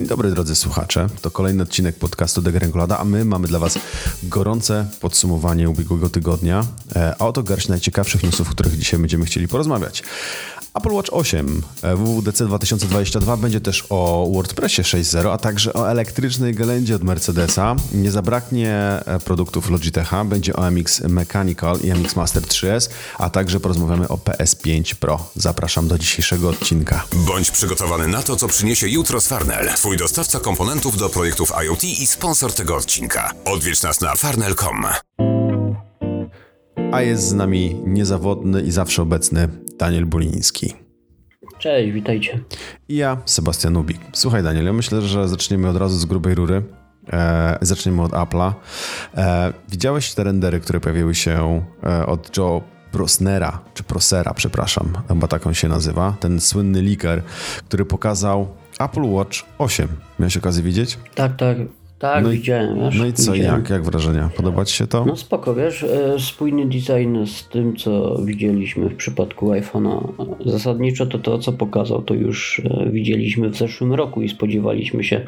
dobry, drodzy słuchacze. To kolejny odcinek podcastu Degrengolada, a my mamy dla Was gorące podsumowanie ubiegłego tygodnia. A oto garść najciekawszych newsów, o których dzisiaj będziemy chcieli porozmawiać. Apple Watch 8 WWDC 2022 będzie też o WordPressie 6.0, a także o elektrycznej gelędzie od Mercedesa. Nie zabraknie produktów Logitecha, będzie o MX Mechanical i MX Master 3S, a także porozmawiamy o PS5 Pro. Zapraszam do dzisiejszego odcinka. Bądź przygotowany na to, co przyniesie jutro z Farnell, twój dostawca komponentów do projektów IoT i sponsor tego odcinka. Odwiedź nas na farnell.com. A jest z nami niezawodny i zawsze obecny Daniel Buliński. Cześć, witajcie. I ja, Sebastian Nubik. Słuchaj, Daniel, ja myślę, że zaczniemy od razu z grubej rury. Zaczniemy od Apple'a. Widziałeś te rendery, które pojawiły się od Joe Prosnera, czy Prosera, przepraszam, chyba tak on się nazywa. Ten słynny leaker, który pokazał Apple Watch 8. Miałeś okazję widzieć? Tak, no widziałem. Wiesz, no i co, jak wrażenia? Podoba Ci się to? No spoko, wiesz, spójny design z tym, co widzieliśmy w przypadku iPhone'a. Zasadniczo to, co pokazał, to już widzieliśmy w zeszłym roku i spodziewaliśmy się,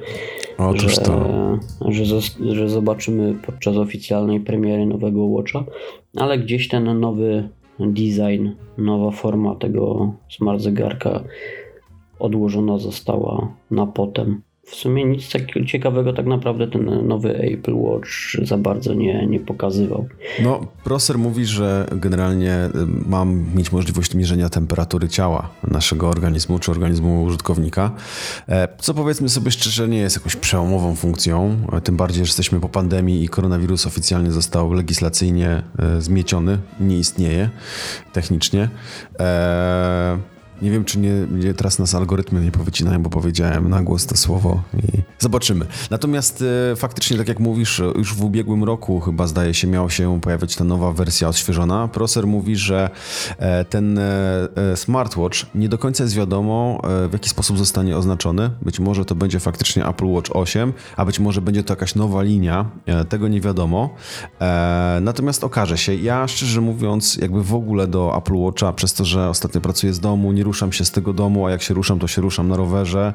że zobaczymy podczas oficjalnej premiery nowego Watcha, ale gdzieś ten nowy design, nowa forma tego smart zegarka odłożona została na potem. W sumie nic takiego ciekawego tak naprawdę ten nowy Apple Watch za bardzo nie pokazywał. No, Proser mówi, że generalnie mam mieć możliwość mierzenia temperatury ciała naszego organizmu, czy organizmu użytkownika, co powiedzmy sobie szczerze nie jest jakąś przełomową funkcją, tym bardziej, że jesteśmy po pandemii i koronawirus oficjalnie został legislacyjnie zmieciony, nie istnieje technicznie. Nie wiem, czy nie teraz nas algorytmy nie powycinają, bo powiedziałem na głos to słowo i zobaczymy. Natomiast faktycznie, tak jak mówisz, już w ubiegłym roku chyba zdaje się miała się pojawiać ta nowa wersja odświeżona. Proser mówi, że ten smartwatch nie do końca jest wiadomo, w jaki sposób zostanie oznaczony. Być może to będzie faktycznie Apple Watch 8, a być może będzie to jakaś nowa linia. Tego nie wiadomo. Natomiast okaże się. Ja szczerze mówiąc, jakby w ogóle do Apple Watcha, przez to, że ostatnio pracuję z domu, nie ruszam się z tego domu, a jak się ruszam, to się ruszam na rowerze.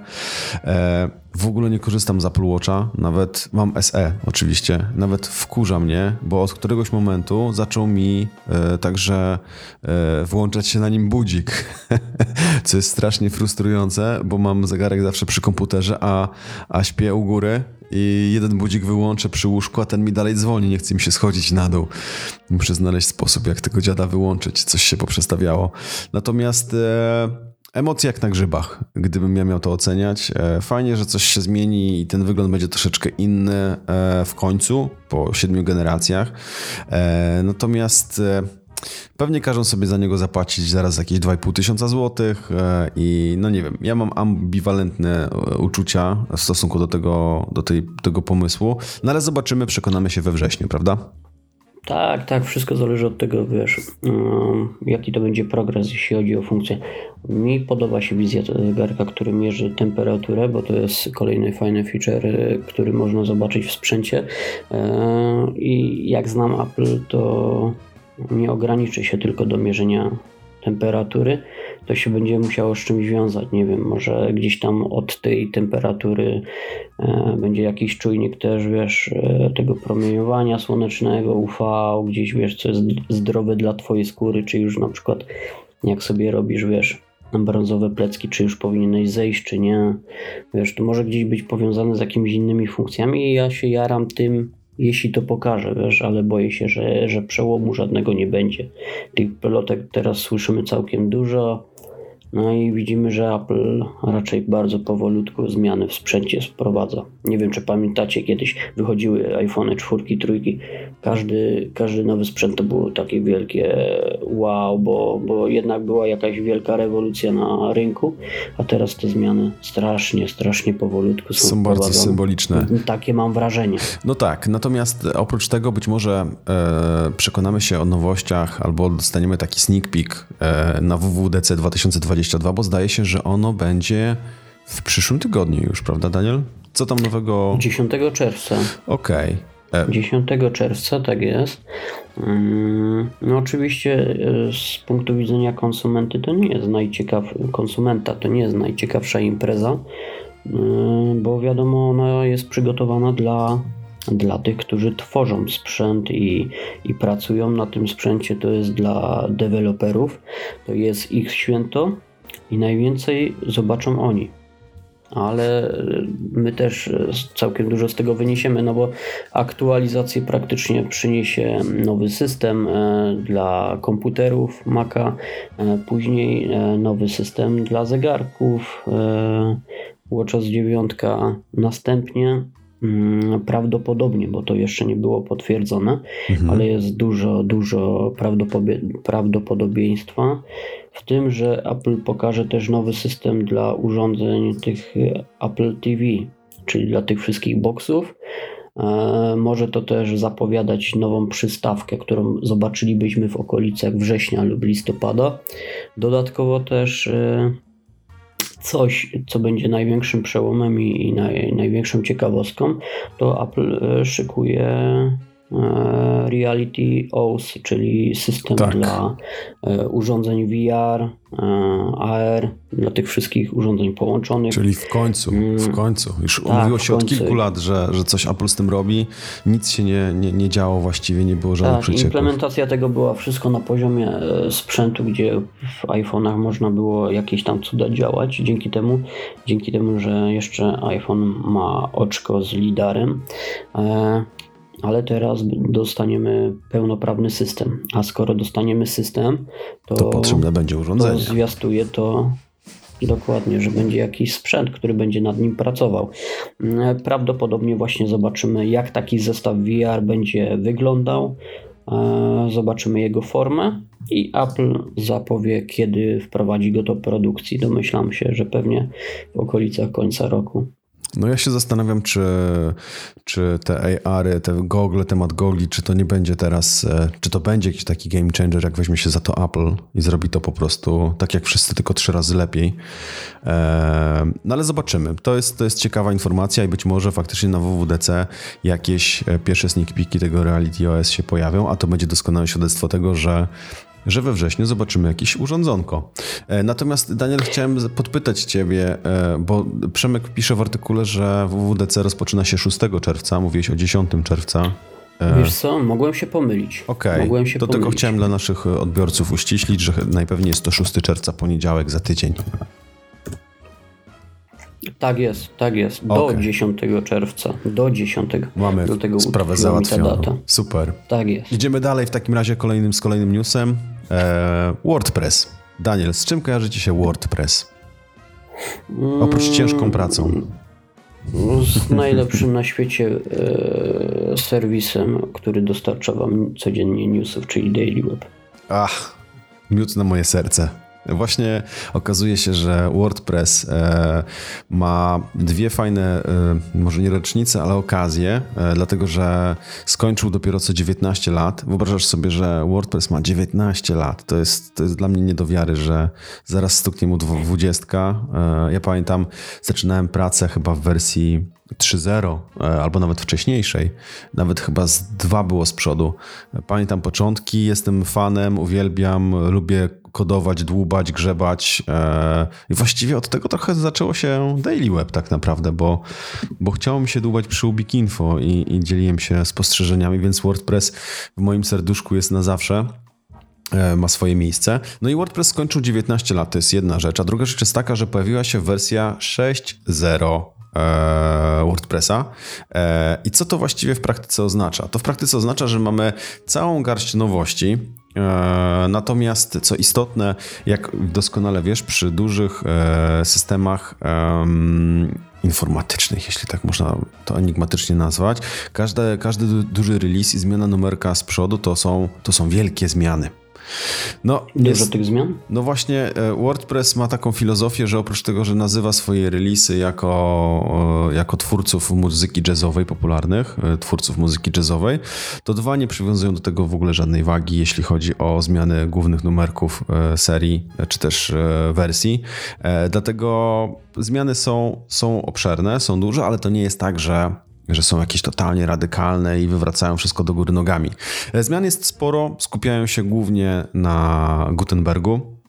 W ogóle nie korzystam z Apple Watcha, nawet mam SE oczywiście, nawet wkurza mnie, bo od któregoś momentu zaczął mi także włączać się na nim budzik, co jest strasznie frustrujące, bo mam zegarek zawsze przy komputerze, a śpię u góry i jeden budzik wyłączę przy łóżku, a ten mi dalej dzwoni, nie chce mi się schodzić na dół. Muszę znaleźć sposób, jak tego dziada wyłączyć, coś się poprzestawiało. Natomiast emocje jak na grzybach, gdybym ja miał to oceniać. Fajnie, że coś się zmieni i ten wygląd będzie troszeczkę inny w końcu, po 7 generacjach. Natomiast pewnie każą sobie za niego zapłacić zaraz jakieś 2500 złotych i no nie wiem, ja mam ambiwalentne uczucia w stosunku do tego pomysłu, no ale zobaczymy, przekonamy się we wrześniu, prawda? Tak, wszystko zależy od tego, wiesz, jaki to będzie progres, jeśli chodzi o funkcję. Mi podoba się wizja tego zegarka, który mierzy temperaturę, bo to jest kolejny fajny feature, który można zobaczyć w sprzęcie i jak znam Apple, to nie ograniczy się tylko do mierzenia temperatury, to się będzie musiało z czymś wiązać, nie wiem, może gdzieś tam od tej temperatury będzie jakiś czujnik też, wiesz, tego promieniowania słonecznego, UV, gdzieś, wiesz, co jest zdrowe dla twojej skóry, czy już na przykład jak sobie robisz, wiesz, brązowe plecki, czy już powinieneś zejść, czy nie, wiesz, to może gdzieś być powiązane z jakimiś innymi funkcjami i ja się jaram tym, jeśli to pokaże, wiesz, ale boję się, że przełomu żadnego nie będzie. Tych plotek teraz słyszymy całkiem dużo, no i widzimy, że Apple raczej bardzo powolutku zmiany w sprzęcie wprowadza. Nie wiem, czy pamiętacie, kiedyś wychodziły iPhony 4, 3, każdy nowy sprzęt to było takie wielkie wow, bo jednak była jakaś wielka rewolucja na rynku, a teraz te zmiany strasznie powolutku są bardzo symboliczne. Takie mam wrażenie. No tak, natomiast oprócz tego być może przekonamy się o nowościach albo dostaniemy taki sneak peek na WWDC 2022, bo zdaje się, że ono będzie w przyszłym tygodniu już, prawda, Daniel? Co tam nowego? 10 czerwca. Okej. 10 czerwca, tak jest. No oczywiście z punktu widzenia konsumenta to nie jest najciekawsza impreza, bo wiadomo, ona jest przygotowana dla tych, którzy tworzą sprzęt i pracują na tym sprzęcie. To jest dla deweloperów, to jest ich święto i najwięcej zobaczą oni. Ale my też całkiem dużo z tego wyniesiemy, no bo aktualizację praktycznie przyniesie nowy system dla komputerów Maca, później nowy system dla zegarków WatchOS 9, następnie prawdopodobnie, bo to jeszcze nie było potwierdzone, ale jest dużo prawdopodobieństwa w tym, że Apple pokaże też nowy system dla urządzeń tych Apple TV, czyli dla tych wszystkich boxów. Może to też zapowiadać nową przystawkę, którą zobaczylibyśmy w okolicach września lub listopada. Dodatkowo też coś, co będzie największym przełomem i największą ciekawostką, to Apple szykuje Reality OS, czyli system dla urządzeń VR, AR, dla tych wszystkich urządzeń połączonych. Czyli w końcu. Już mówiło się od kilku lat, że coś Apple z tym robi. Nic się nie działo właściwie, nie było żadnych przecieków. Implementacja tego była wszystko na poziomie sprzętu, gdzie w iPhone'ach można było jakieś tam cuda działać. Dzięki temu, że jeszcze iPhone ma oczko z lidarem. Ale teraz dostaniemy pełnoprawny system. A skoro dostaniemy system, to potrzebne będzie urządzenie. To zwiastuje to dokładnie, że będzie jakiś sprzęt, który będzie nad nim pracował. Prawdopodobnie właśnie zobaczymy, jak taki zestaw VR będzie wyglądał. Zobaczymy jego formę i Apple zapowie, kiedy wprowadzi go do produkcji. Domyślam się, że pewnie w okolicach końca roku. No ja się zastanawiam, czy te AR-y, te gogle, temat gogli, czy to nie będzie teraz, czy to będzie jakiś taki game changer, jak weźmie się za to Apple i zrobi to po prostu tak jak wszyscy, tylko 3 razy lepiej. No ale zobaczymy. To jest ciekawa informacja i być może faktycznie na WWDC jakieś pierwsze sneak peeki tego Reality OS się pojawią, a to będzie doskonałe świadectwo tego, że we wrześniu zobaczymy jakieś urządzonko. Natomiast Daniel, chciałem podpytać ciebie, bo Przemek pisze w artykule, że WWDC rozpoczyna się 6 czerwca, mówiłeś o 10 czerwca. Wiesz co, mogłem się pomylić. Okej, to tylko chciałem dla naszych odbiorców uściślić, że najpewniej jest to 6 czerwca, poniedziałek, za tydzień. Tak jest. Do 10 czerwca. Do 10. Mamy do tego sprawę załatwioną. Super. Tak jest. Idziemy dalej w takim razie z kolejnym newsem. WordPress. Daniel, z czym kojarzy ci się WordPress? Oprócz ciężką pracą. Z najlepszym na świecie serwisem, który dostarcza wam codziennie newsów, czyli Daily Web. Miód na moje serce. Właśnie okazuje się, że WordPress ma 2 fajne, może nie rocznice, ale okazje, dlatego że skończył dopiero co 19 lat. Wyobrażasz sobie, że WordPress ma 19 lat. To jest dla mnie nie do wiary, że zaraz stuknie mu 20. Ja pamiętam, zaczynałem pracę chyba w wersji 3.0 albo nawet wcześniejszej. Nawet chyba z 2 było z przodu. Pamiętam początki, jestem fanem, uwielbiam, lubię kodować, dłubać, grzebać i właściwie od tego trochę zaczęło się Daily Web tak naprawdę, bo chciało mi się dłubać przy Ubiquinfo i dzieliłem się spostrzeżeniami, więc WordPress w moim serduszku jest na zawsze. Ma swoje miejsce. No i WordPress skończył 19 lat, to jest jedna rzecz, a druga rzecz jest taka, że pojawiła się wersja 6.0 WordPressa. I co to właściwie w praktyce oznacza? To w praktyce oznacza, że mamy całą garść nowości, natomiast co istotne, jak doskonale wiesz, przy dużych systemach informatycznych, jeśli tak można to enigmatycznie nazwać, każdy duży release i zmiana numerka z przodu to są wielkie zmiany. Dużo tych zmian? No właśnie, WordPress ma taką filozofię, że oprócz tego, że nazywa swoje releasy jako twórców muzyki jazzowej popularnych, twórców muzyki jazzowej, to 2 nie przywiązują do tego w ogóle żadnej wagi, jeśli chodzi o zmiany głównych numerków serii, czy też wersji. Dlatego zmiany są obszerne, są duże, ale to nie jest tak, że są jakieś totalnie radykalne i wywracają wszystko do góry nogami. Zmian jest sporo, skupiają się głównie na Gutenbergu.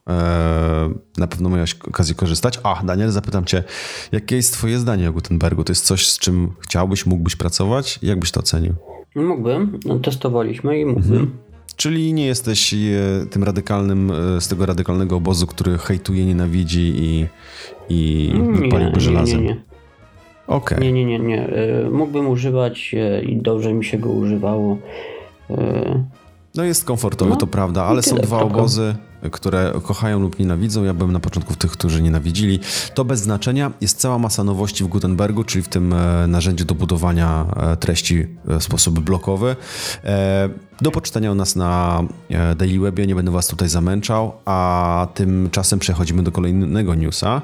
Na pewno miałeś okazję korzystać. Daniel, zapytam cię, jakie jest twoje zdanie o Gutenbergu? To jest coś, z czym mógłbyś pracować? Jak byś to ocenił? Mógłbym, testowaliśmy i mógłbym. Czyli nie jesteś tym radykalnym, z tego radykalnego obozu, który hejtuje, nienawidzi i paliłby żelazem? Nie. Okej. Nie. Mógłbym używać i dobrze mi się go używało. No jest komfortowy, to prawda, ale są dwa obozy, które kochają lub nienawidzą. Ja byłem na początku w tych, którzy nienawidzili. To bez znaczenia. Jest cała masa nowości w Gutenbergu, czyli w tym narzędziu do budowania treści w sposób blokowy. Do poczytania u nas na Daily Webie, nie będę was tutaj zamęczał, a tymczasem przechodzimy do kolejnego newsa,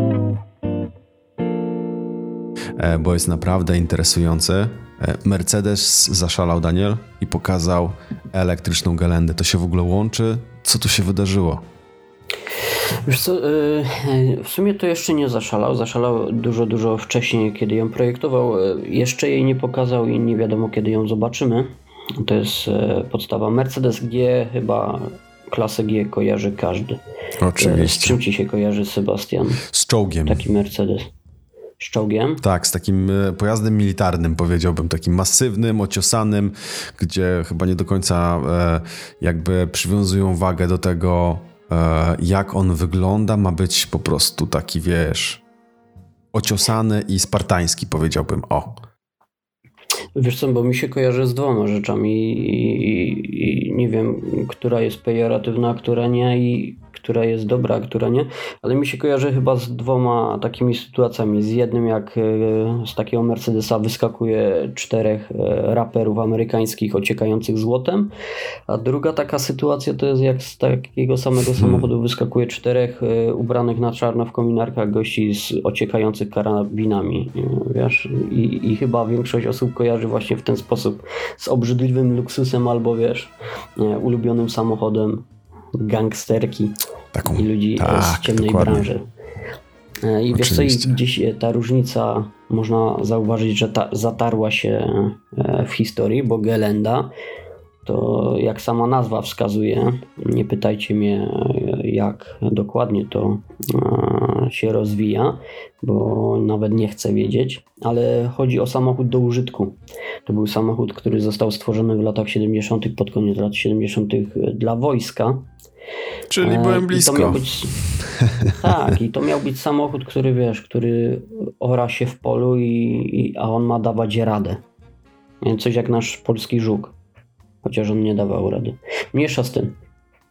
bo jest naprawdę interesujący. Mercedes zaszalał, Daniel, i pokazał elektryczną gelendę. To się w ogóle łączy? Co tu się wydarzyło? Wiesz co, w sumie to jeszcze nie zaszalał. Zaszalał dużo wcześniej, kiedy ją projektował. Jeszcze jej nie pokazał i nie wiadomo, kiedy ją zobaczymy. To jest podstawa. Mercedes G, chyba klasę G kojarzy każdy. Oczywiście. Z czym ci się kojarzy, Sebastian? Z czołgiem. Taki Mercedes. Z czołgiem? Tak, z takim pojazdem militarnym, powiedziałbym, takim masywnym, ociosanym, gdzie chyba nie do końca jakby przywiązują wagę do tego, jak on wygląda. Ma być po prostu taki, wiesz, ociosany i spartański, powiedziałbym. Wiesz co, bo mi się kojarzy z dwoma rzeczami i nie wiem, która jest pejoratywna, a która nie i która jest dobra, a która nie, ale mi się kojarzy chyba z dwoma takimi sytuacjami. Z jednym, jak z takiego Mercedesa wyskakuje 4 raperów amerykańskich ociekających złotem, a druga taka sytuacja to jest, jak z takiego samego samochodu wyskakuje 4 ubranych na czarno w kominarkach gości z ociekających karabinami, wiesz, i chyba większość osób kojarzy właśnie w ten sposób z obrzydliwym luksusem albo, wiesz, ulubionym samochodem gangsterki i ludzi z ciemnej branży. I wiesz co, i gdzieś ta różnica można zauważyć, że zatarła się w historii, bo Gelända to, jak sama nazwa wskazuje, nie pytajcie mnie, jak dokładnie to się rozwija, bo nawet nie chcę wiedzieć, ale chodzi o samochód do użytku. To był samochód, który został stworzony w latach 70., pod koniec lat 70. dla wojska. Czyli byłem blisko. Tak, i to miał być samochód, który, wiesz, który ora się w polu, a on ma dawać radę. Coś jak nasz polski Żuk. Chociaż on nie dawał rady. Mniejsza z tym.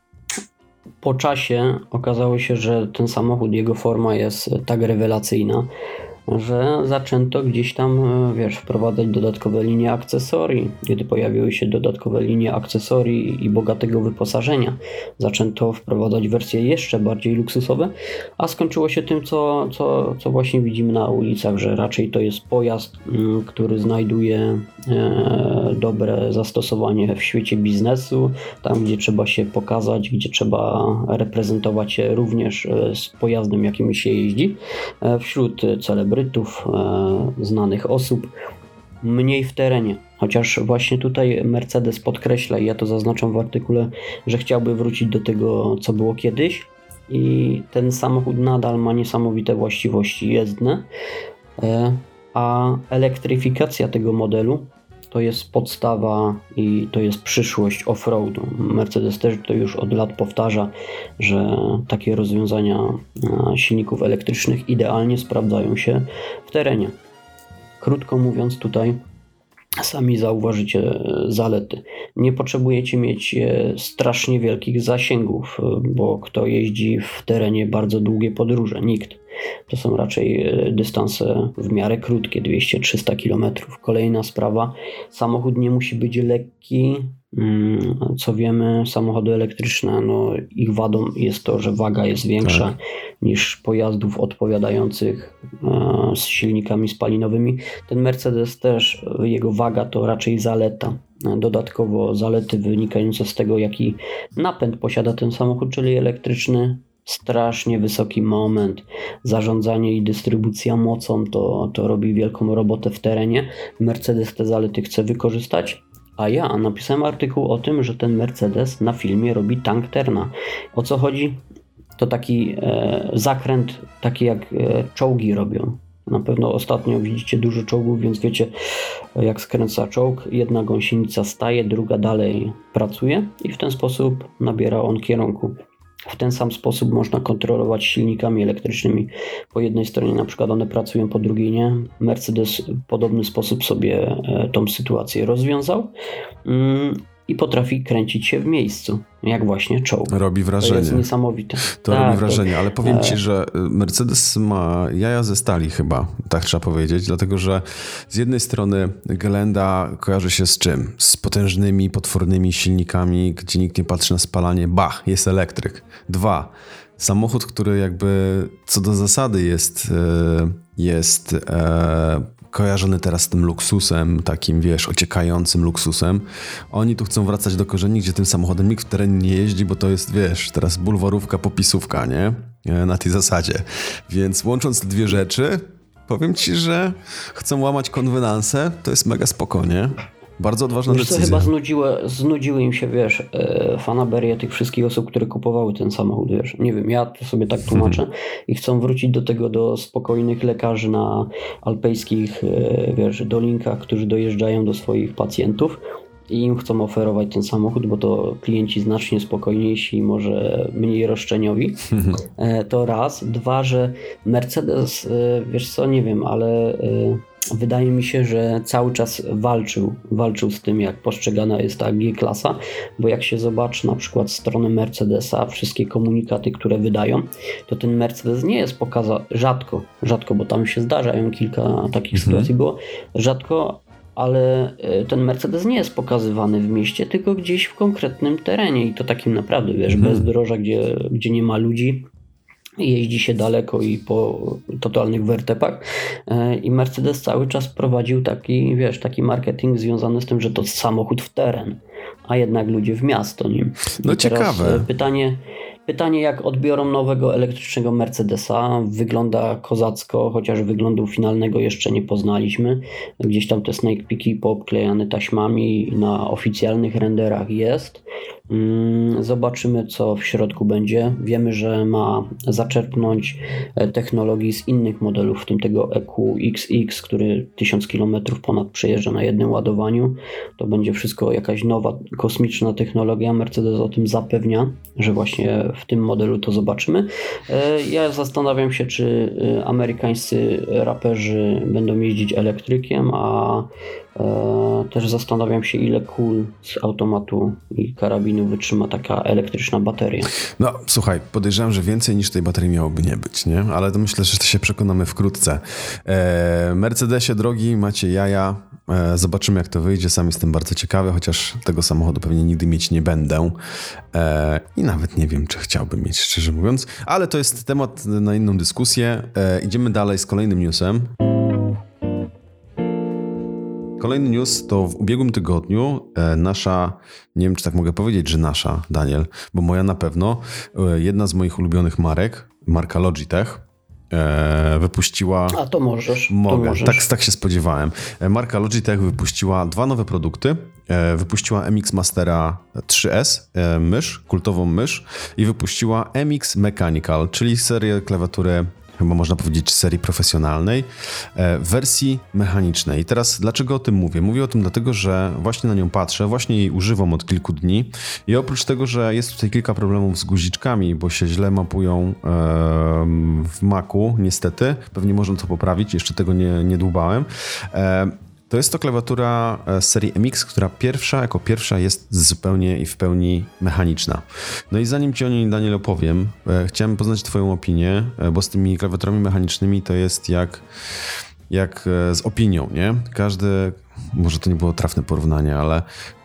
Po czasie okazało się, że ten samochód, jego forma jest tak rewelacyjna, że zaczęto gdzieś tam, wiesz, wprowadzać dodatkowe linie akcesorii. Kiedy pojawiły się dodatkowe linie akcesorii i bogatego wyposażenia, zaczęto wprowadzać wersje jeszcze bardziej luksusowe, a skończyło się tym, co właśnie widzimy na ulicach, że raczej to jest pojazd, który znajduje dobre zastosowanie w świecie biznesu, tam gdzie trzeba się pokazać, gdzie trzeba reprezentować się również z pojazdem, jakim się jeździ, wśród celebrytów, znanych osób, mniej w terenie. Chociaż właśnie tutaj Mercedes podkreśla, i ja to zaznaczam w artykule, że chciałby wrócić do tego, co było kiedyś, i ten samochód nadal ma niesamowite właściwości jezdne, a elektryfikacja tego modelu to jest podstawa i to jest przyszłość off-roadu. Mercedes też to już od lat powtarza, że takie rozwiązania silników elektrycznych idealnie sprawdzają się w terenie. Krótko mówiąc, tutaj sami zauważycie zalety. Nie potrzebujecie mieć strasznie wielkich zasięgów, bo kto jeździ w terenie bardzo długie podróże? Nikt. To są raczej dystanse w miarę krótkie, 200-300 km. Kolejna sprawa, samochód nie musi być lekki. Co wiemy, samochody elektryczne, ich wadą jest to, że waga jest większa niż pojazdów odpowiadających z silnikami spalinowymi. Ten Mercedes też, jego waga to raczej zaleta. Dodatkowo zalety wynikające z tego, jaki napęd posiada ten samochód, czyli elektryczny. Strasznie wysoki moment. Zarządzanie i dystrybucja mocą to robi wielką robotę w terenie. Mercedes te zalety chce wykorzystać, a ja napisałem artykuł o tym, że ten Mercedes na filmie robi tank Terna. O co chodzi? to taki zakręt, taki jak czołgi robią. Na pewno ostatnio widzicie dużo czołgów, więc wiecie, jak skręca czołg, jedna gąsienica staje, druga dalej pracuje i w ten sposób nabiera on kierunku. W ten sam sposób można kontrolować silnikami elektrycznymi. Po jednej stronie na przykład one pracują, po drugiej nie. Mercedes w podobny sposób sobie tą sytuację rozwiązał i potrafi kręcić się w miejscu, jak właśnie czołg. Robi wrażenie. To jest niesamowite. To robi wrażenie, ale powiem ci, że Mercedes ma jaja ze stali chyba, tak trzeba powiedzieć, dlatego że z jednej strony Gelända kojarzy się z czym? Z potężnymi, potwornymi silnikami, gdzie nikt nie patrzy na spalanie, jest elektryk. 2. Samochód, który jakby co do zasady jest kojarzony teraz z tym luksusem, takim ociekającym luksusem. Oni tu chcą wracać do korzeni, gdzie tym samochodem nikt w terenie nie jeździ, bo to jest, teraz bulwarówka, popisówka, nie? Na tej zasadzie. Więc łącząc te dwie rzeczy, powiem ci, że chcą łamać konwenanse, to jest mega spoko, nie? Bardzo odważna decyzja. Chyba znudziły im się, fanaberie tych wszystkich osób, które kupowały ten samochód, Nie wiem, ja to sobie tak tłumaczę i chcą wrócić do spokojnych lekarzy na alpejskich, dolinkach, którzy dojeżdżają do swoich pacjentów i im chcą oferować ten samochód, bo to klienci znacznie spokojniejsi i może mniej roszczeniowi. To raz. 2, że Mercedes, nie wiem, ale wydaje mi się, że cały czas walczył z tym, jak postrzegana jest ta G-klasa, bo jak się zobaczy na przykład stronę Mercedesa, wszystkie komunikaty, które wydają, to ten Mercedes nie jest pokazany, rzadko, bo tam się zdarzają kilka takich sytuacji było, rzadko, ale ten Mercedes nie jest pokazywany w mieście, tylko gdzieś w konkretnym terenie i to takim naprawdę, bezdroża, gdzie nie ma ludzi. Jeździ się daleko i po totalnych wertepach i Mercedes cały czas prowadził taki marketing związany z tym, że to samochód w teren, a jednak ludzie w miasto nim. No ciekawe. Pytanie, jak odbiorą nowego elektrycznego Mercedesa. Wygląda kozacko, chociaż wyglądu finalnego jeszcze nie poznaliśmy. Gdzieś tam te snake peeki poobklejane taśmami na oficjalnych renderach jest. Zobaczymy, co w środku będzie. Wiemy, że ma zaczerpnąć technologii z innych modelów, w tym tego EQXX, który 1000 km ponad przejeżdża na jednym ładowaniu. To będzie wszystko jakaś nowa, kosmiczna technologia. Mercedes o tym zapewnia, że właśnie w tym modelu to zobaczymy. Ja zastanawiam się, czy amerykańscy raperzy będą jeździć elektrykiem, a też zastanawiam się, ile kul z automatu i karabinu wytrzyma taka elektryczna bateria. No słuchaj, podejrzewam, że więcej niż tej baterii miałoby nie być, nie? Ale to myślę, że to się przekonamy wkrótce. Mercedesie drogi, macie jaja. Zobaczymy, jak to wyjdzie. Sam jestem bardzo ciekawy, chociaż tego samochodu pewnie nigdy mieć nie będę. I nawet nie wiem, czy chciałbym mieć, szczerze mówiąc. Ale to jest temat na inną dyskusję. Idziemy dalej z kolejnym newsem. Kolejny news to w ubiegłym tygodniu nasza, nie wiem, czy tak mogę powiedzieć, że nasza, Daniel, bo moja na pewno, jedna z moich ulubionych marek, marka Logitech, wypuściła... A to możesz. Mogę, to możesz. Tak się spodziewałem. Marka Logitech wypuściła 2 nowe produkty. Wypuściła MX Mastera 3S, kultową mysz i wypuściła MX Mechanical, czyli serię klawiatury, chyba można powiedzieć serii profesjonalnej, w wersji mechanicznej. I teraz dlaczego o tym mówię? Mówię o tym dlatego, że właśnie na nią patrzę, właśnie jej używam od kilku dni i oprócz tego, że jest tutaj kilka problemów z guziczkami, bo się źle mapują w Macu, niestety, pewnie można to poprawić, jeszcze tego nie dłubałem. To jest to klawiatura z serii MX, która jako pierwsza jest zupełnie i w pełni mechaniczna. No i zanim ci o niej, Daniel, opowiem, chciałem poznać twoją opinię, bo z tymi klawiaturami mechanicznymi to jest jak z opinią, nie? Może to nie było trafne porównanie, ale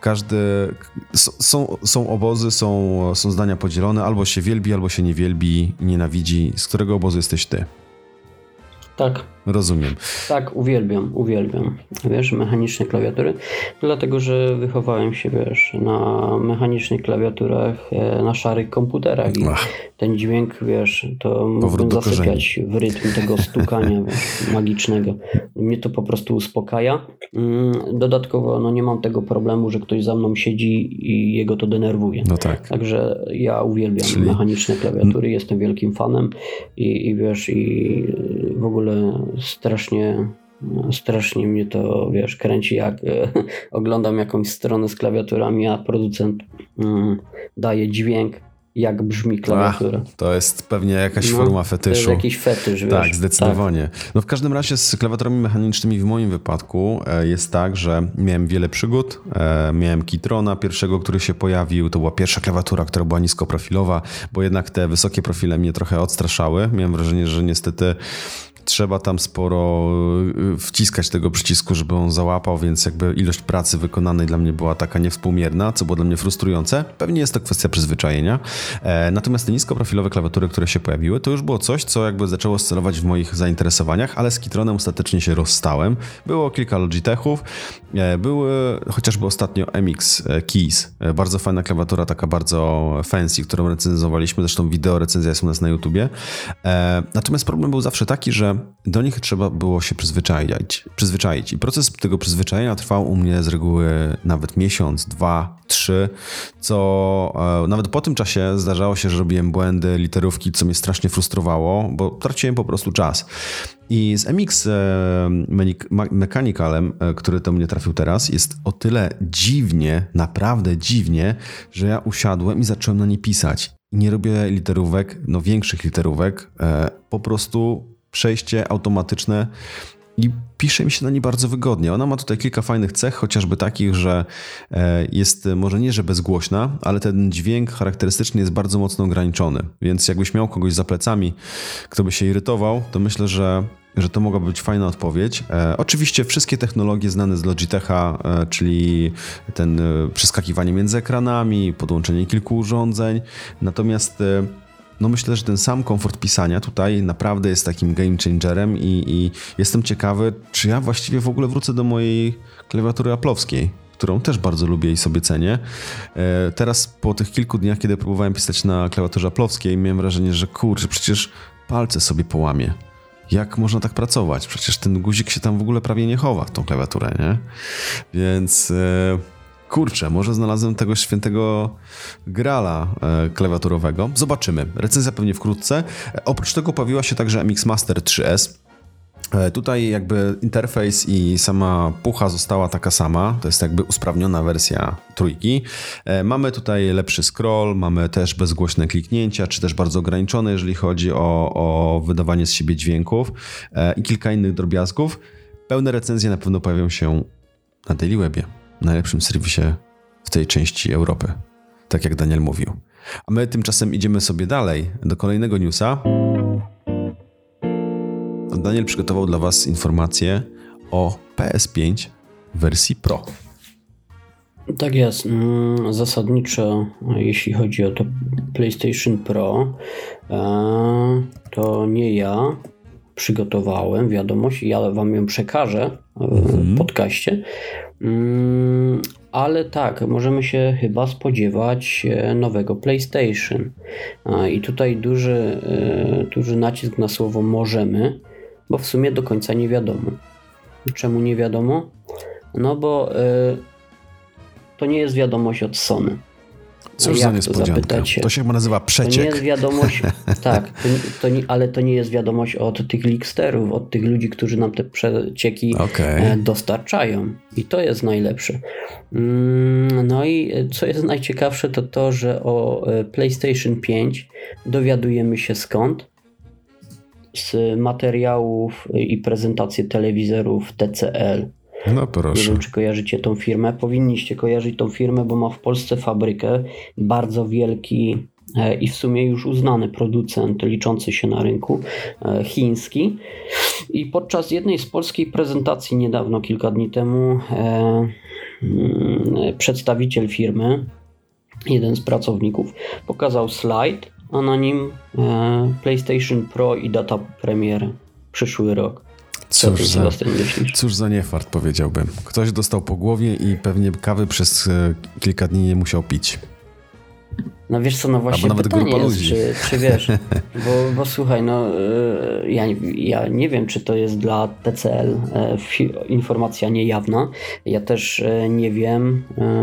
są obozy, są zdania podzielone, albo się wielbi, albo się nie wielbi, nienawidzi. Z którego obozu jesteś ty? Tak, Rozumiem. Tak, uwielbiam. Wiesz, mechaniczne klawiatury, dlatego, że wychowałem się, wiesz, na mechanicznych klawiaturach, na szarych komputerach i ten dźwięk, wiesz, to mógłbym zasypiać w rytm tego stukania, wiesz, magicznego. Mnie to po prostu uspokaja. Dodatkowo, no nie mam tego problemu, że ktoś za mną siedzi i jego to denerwuje. No tak. Także ja uwielbiam mechaniczne klawiatury, jestem wielkim fanem i wiesz, i w ogóle strasznie mnie to, wiesz, kręci, jak oglądam jakąś stronę z klawiaturami, a producent daje dźwięk, jak brzmi klawiatura. To jest pewnie jakaś forma fetyszu. To jest jakiś fetysz, wiesz. Tak, zdecydowanie. Tak. No w każdym razie z klawiaturami mechanicznymi w moim wypadku jest tak, że miałem wiele przygód. Miałem Keytrona pierwszego, który się pojawił. To była pierwsza klawiatura, która była niskoprofilowa, bo jednak te wysokie profile mnie trochę odstraszały. Miałem wrażenie, że niestety trzeba tam sporo wciskać tego przycisku, żeby on załapał, więc jakby ilość pracy wykonanej dla mnie była taka niewspółmierna, co było dla mnie frustrujące. Pewnie jest to kwestia przyzwyczajenia. Natomiast te niskoprofilowe klawiatury, które się pojawiły, to już było coś, co jakby zaczęło scelować w moich zainteresowaniach, ale z Keytronem ostatecznie się rozstałem. Było kilka Logitechów, były chociażby ostatnio MX Keys. Bardzo fajna klawiatura, taka bardzo fancy, którą recenzowaliśmy, zresztą wideo recenzja jest u nas na YouTubie. Natomiast problem był zawsze taki, że do nich trzeba było się przyzwyczaić. I proces tego przyzwyczajenia trwał u mnie z reguły nawet miesiąc, 2, 3, co nawet po tym czasie zdarzało się, że robiłem błędy, literówki, co mnie strasznie frustrowało, bo traciłem po prostu czas. I z MX Mechanicalem, który do mnie trafił teraz, jest o tyle dziwnie, naprawdę dziwnie, że ja usiadłem i zacząłem na nie pisać. I nie robię literówek, no większych literówek, po prostu przejście automatyczne i pisze mi się na niej bardzo wygodnie. Ona ma tutaj kilka fajnych cech, chociażby takich, że jest może nie, że bezgłośna, ale ten dźwięk charakterystyczny jest bardzo mocno ograniczony. Więc jakbyś miał kogoś za plecami, kto by się irytował, to myślę, że to mogłaby być fajna odpowiedź. Oczywiście wszystkie technologie znane z Logitecha, czyli ten przeskakiwanie między ekranami, podłączenie kilku urządzeń. Natomiast no myślę, że ten sam komfort pisania tutaj naprawdę jest takim game changerem i jestem ciekawy, czy ja właściwie w ogóle wrócę do mojej klawiatury Apple'owskiej, którą też bardzo lubię i sobie cenię. Teraz po tych kilku dniach, kiedy próbowałem pisać na klawiaturze Apple'owskiej, miałem wrażenie, że kurczę, przecież palce sobie połamię. Jak można tak pracować? Przecież ten guzik się tam w ogóle prawie nie chowa w tą klawiaturę, nie? Więc kurczę, może znalazłem tego świętego grala klawiaturowego. Zobaczymy. Recenzja pewnie wkrótce. Oprócz tego pojawiła się także MX Master 3S. Tutaj jakby interfejs i sama pucha została taka sama, to jest jakby usprawniona wersja trójki. Mamy tutaj lepszy scroll, mamy też bezgłośne kliknięcia, czy też bardzo ograniczone, jeżeli chodzi o wydawanie z siebie dźwięków i kilka innych drobiazgów. Pełne recenzje na pewno pojawią się na Daily Webie, najlepszym serwisie w tej części Europy, tak jak Daniel mówił. A my tymczasem idziemy sobie dalej do kolejnego newsa. Daniel przygotował dla Was informację o PS5 wersji Pro. Tak jest. Zasadniczo, jeśli chodzi o to PlayStation Pro, to nie ja przygotowałem wiadomość, ja Wam ją przekażę w podcaście, ale tak, możemy się chyba spodziewać nowego PlayStation. I tutaj duży nacisk na słowo możemy, bo w sumie do końca nie wiadomo. Czemu nie wiadomo? No bo to nie jest wiadomość od Sony. Cóż za niespodzianka. To się chyba nazywa przeciek. To nie jest wiadomość, tak, ale to nie jest wiadomość od tych leaksterów, od tych ludzi, którzy nam te przecieki dostarczają. I to jest najlepsze. No i co jest najciekawsze, to to, że o PlayStation 5 dowiadujemy się skąd? Z materiałów i prezentacji telewizorów TCL. No proszę. Nie wiem, czy kojarzycie tą firmę. Powinniście kojarzyć tą firmę, bo ma w Polsce fabrykę. Bardzo wielki i w sumie już uznany producent, liczący się na rynku, chiński. I podczas jednej z polskiej prezentacji niedawno, kilka dni temu, przedstawiciel firmy, jeden z pracowników, pokazał slajd, a na nim PlayStation Pro i data premiery przyszły rok. Co ty Sebastian myślisz? Cóż za niefart, powiedziałbym. Ktoś dostał po głowie i pewnie kawy przez kilka dni nie musiał pić. No wiesz co, no właśnie nawet pytanie grupa jest, ludzi. czy wiesz, bo słuchaj, no ja nie wiem, czy to jest dla TCL informacja niejawna. Ja też nie wiem,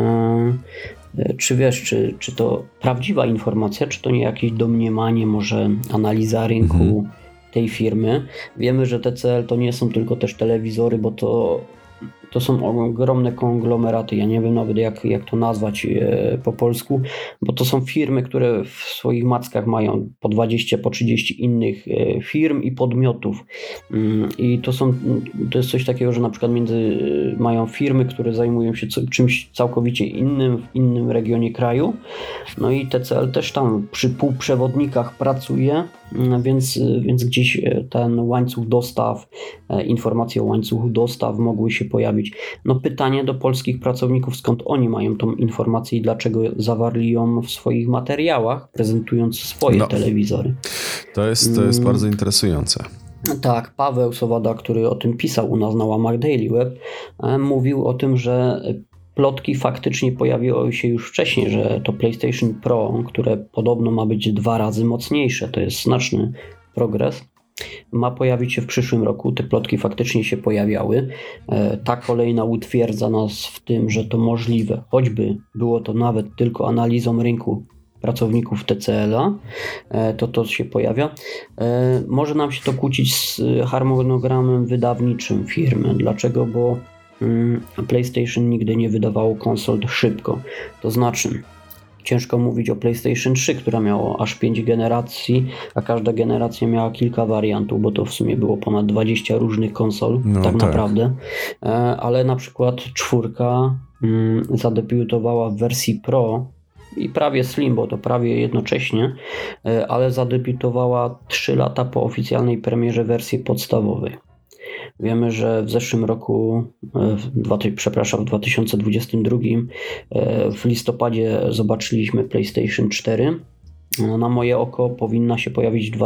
czy wiesz, czy to prawdziwa informacja, czy to nie jakieś domniemanie, może analiza rynku tej firmy. Wiemy, że TCL to nie są tylko też telewizory, bo to są ogromne konglomeraty. Ja nie wiem nawet jak to nazwać po polsku, bo to są firmy, które w swoich mackach mają po 20, po 30 innych firm i podmiotów. I to jest coś takiego, że na przykład mają firmy, które zajmują się czymś całkowicie innym w innym regionie kraju. No i TCL też tam przy półprzewodnikach pracuje, więc gdzieś ten łańcuch dostaw, informacje o łańcuchu dostaw mogły się pojawić. No pytanie do polskich pracowników, skąd oni mają tą informację i dlaczego zawarli ją w swoich materiałach, prezentując swoje telewizory. To jest bardzo interesujące. Tak, Paweł Sowada, który o tym pisał u nas na łamach Daily Web, mówił o tym, że plotki faktycznie pojawiły się już wcześniej, że to PlayStation Pro, które podobno ma być 2 razy mocniejsze, to jest znaczny progres, ma pojawić się w przyszłym roku. Te plotki faktycznie się pojawiały. Ta kolejna utwierdza nas w tym, że to możliwe, choćby było to nawet tylko analizą rynku pracowników TCL-a, to się pojawia. Może nam się to kłócić z harmonogramem wydawniczym firmy. Dlaczego? Bo PlayStation nigdy nie wydawało konsol szybko. To znaczy, ciężko mówić o PlayStation 3, która miała aż 5 generacji, a każda generacja miała kilka wariantów, bo to w sumie było ponad 20 różnych konsol, tak naprawdę. Ale na przykład 4 zadebiutowała w wersji Pro i prawie Slim, bo to prawie jednocześnie, ale zadebiutowała 3 lata po oficjalnej premierze wersji podstawowej. Wiemy, że w zeszłym roku, w 2022, w listopadzie zobaczyliśmy PlayStation 4. Na moje oko powinna się pojawić w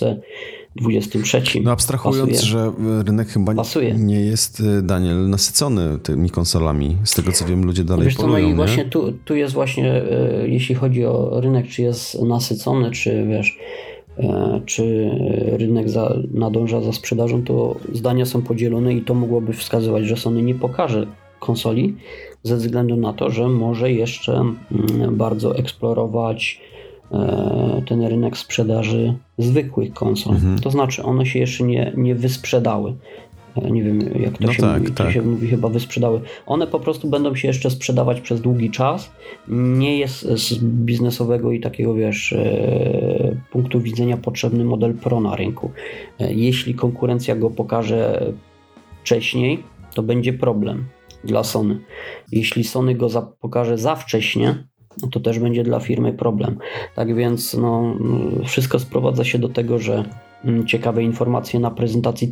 2023. No abstrahując, że rynek chyba nie jest, Daniel, nasycony tymi konsolami. Z tego co wiem, ludzie dalej polują. No i nie? właśnie tu jest właśnie, jeśli chodzi o rynek, czy jest nasycony, czy wiesz, czy rynek nadąża za sprzedażą, to zdania są podzielone i to mogłoby wskazywać, że Sony nie pokaże konsoli ze względu na to, że może jeszcze bardzo eksplorować ten rynek sprzedaży zwykłych konsol. To znaczy one się jeszcze nie wysprzedały. Nie wiem, jak to się mówi. To się mówi chyba wysprzedały. One po prostu będą się jeszcze sprzedawać przez długi czas. Nie jest z biznesowego i takiego, wiesz, punktu widzenia potrzebny model Pro na rynku. Jeśli konkurencja go pokaże wcześniej, to będzie problem dla Sony. Jeśli Sony go pokaże za wcześnie, to też będzie dla firmy problem. Tak więc wszystko sprowadza się do tego, że ciekawe informacje na prezentacji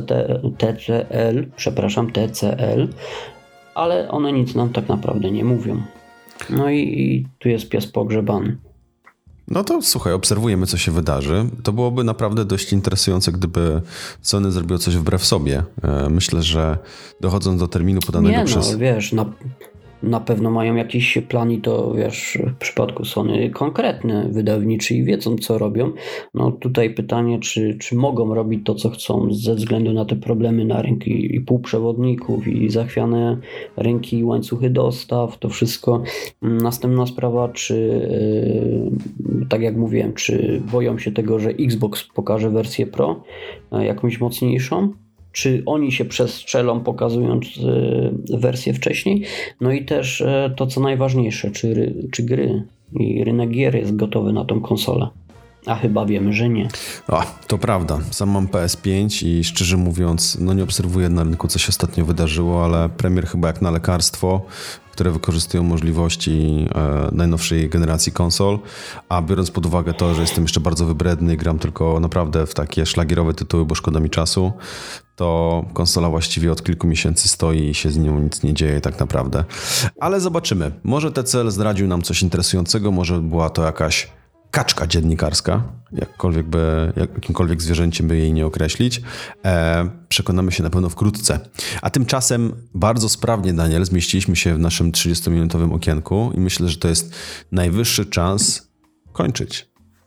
TCL, ale one nic nam tak naprawdę nie mówią. No i tu jest pies pogrzebany. No to słuchaj, obserwujemy, co się wydarzy. To byłoby naprawdę dość interesujące, gdyby Sony zrobiło coś wbrew sobie. Myślę, że dochodząc do terminu podanego przez... wiesz, na pewno mają jakiś plan i to, wiesz, w przypadku Sony konkretny, wydawniczy i wiedzą, co robią. No tutaj pytanie, czy mogą robić to, co chcą ze względu na te problemy na rynku i półprzewodników i zachwiane rynki i łańcuchy dostaw, to wszystko. Następna sprawa, czy tak jak mówiłem, czy boją się tego, że Xbox pokaże wersję Pro, jakąś mocniejszą, czy oni się przestrzelą, pokazując wersję wcześniej. No i też to, co najważniejsze, czy gry i rynek gier jest gotowy na tą konsolę. A chyba wiemy, że nie. To prawda. Sam mam PS5 i szczerze mówiąc, nie obserwuję na rynku, co się ostatnio wydarzyło, ale premier chyba jak na lekarstwo, które wykorzystują możliwości najnowszej generacji konsol, a biorąc pod uwagę to, że jestem jeszcze bardzo wybredny i gram tylko naprawdę w takie szlagierowe tytuły, bo szkoda mi czasu, to konsola właściwie od kilku miesięcy stoi i się z nią nic nie dzieje tak naprawdę. Ale zobaczymy. Może TCL zdradził nam coś interesującego, może była to jakaś kaczka dziennikarska, jakimkolwiek zwierzęciem by jej nie określić. Przekonamy się na pewno wkrótce. A tymczasem bardzo sprawnie, Daniel, zmieściliśmy się w naszym 30-minutowym okienku i myślę, że to jest najwyższy czas kończyć.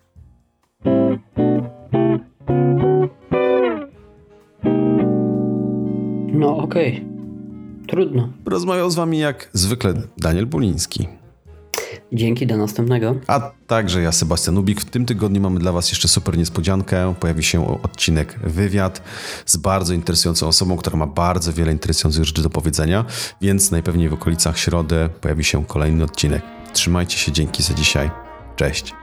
No okej. Trudno. Rozmawiał z wami jak zwykle Daniel Buliński. Dzięki, do następnego. A także ja, Sebastian Ubik. W tym tygodniu mamy dla was jeszcze super niespodziankę. Pojawi się odcinek wywiad z bardzo interesującą osobą, która ma bardzo wiele interesujących rzeczy do powiedzenia, więc najpewniej w okolicach środy pojawi się kolejny odcinek. Trzymajcie się, dzięki za dzisiaj. Cześć.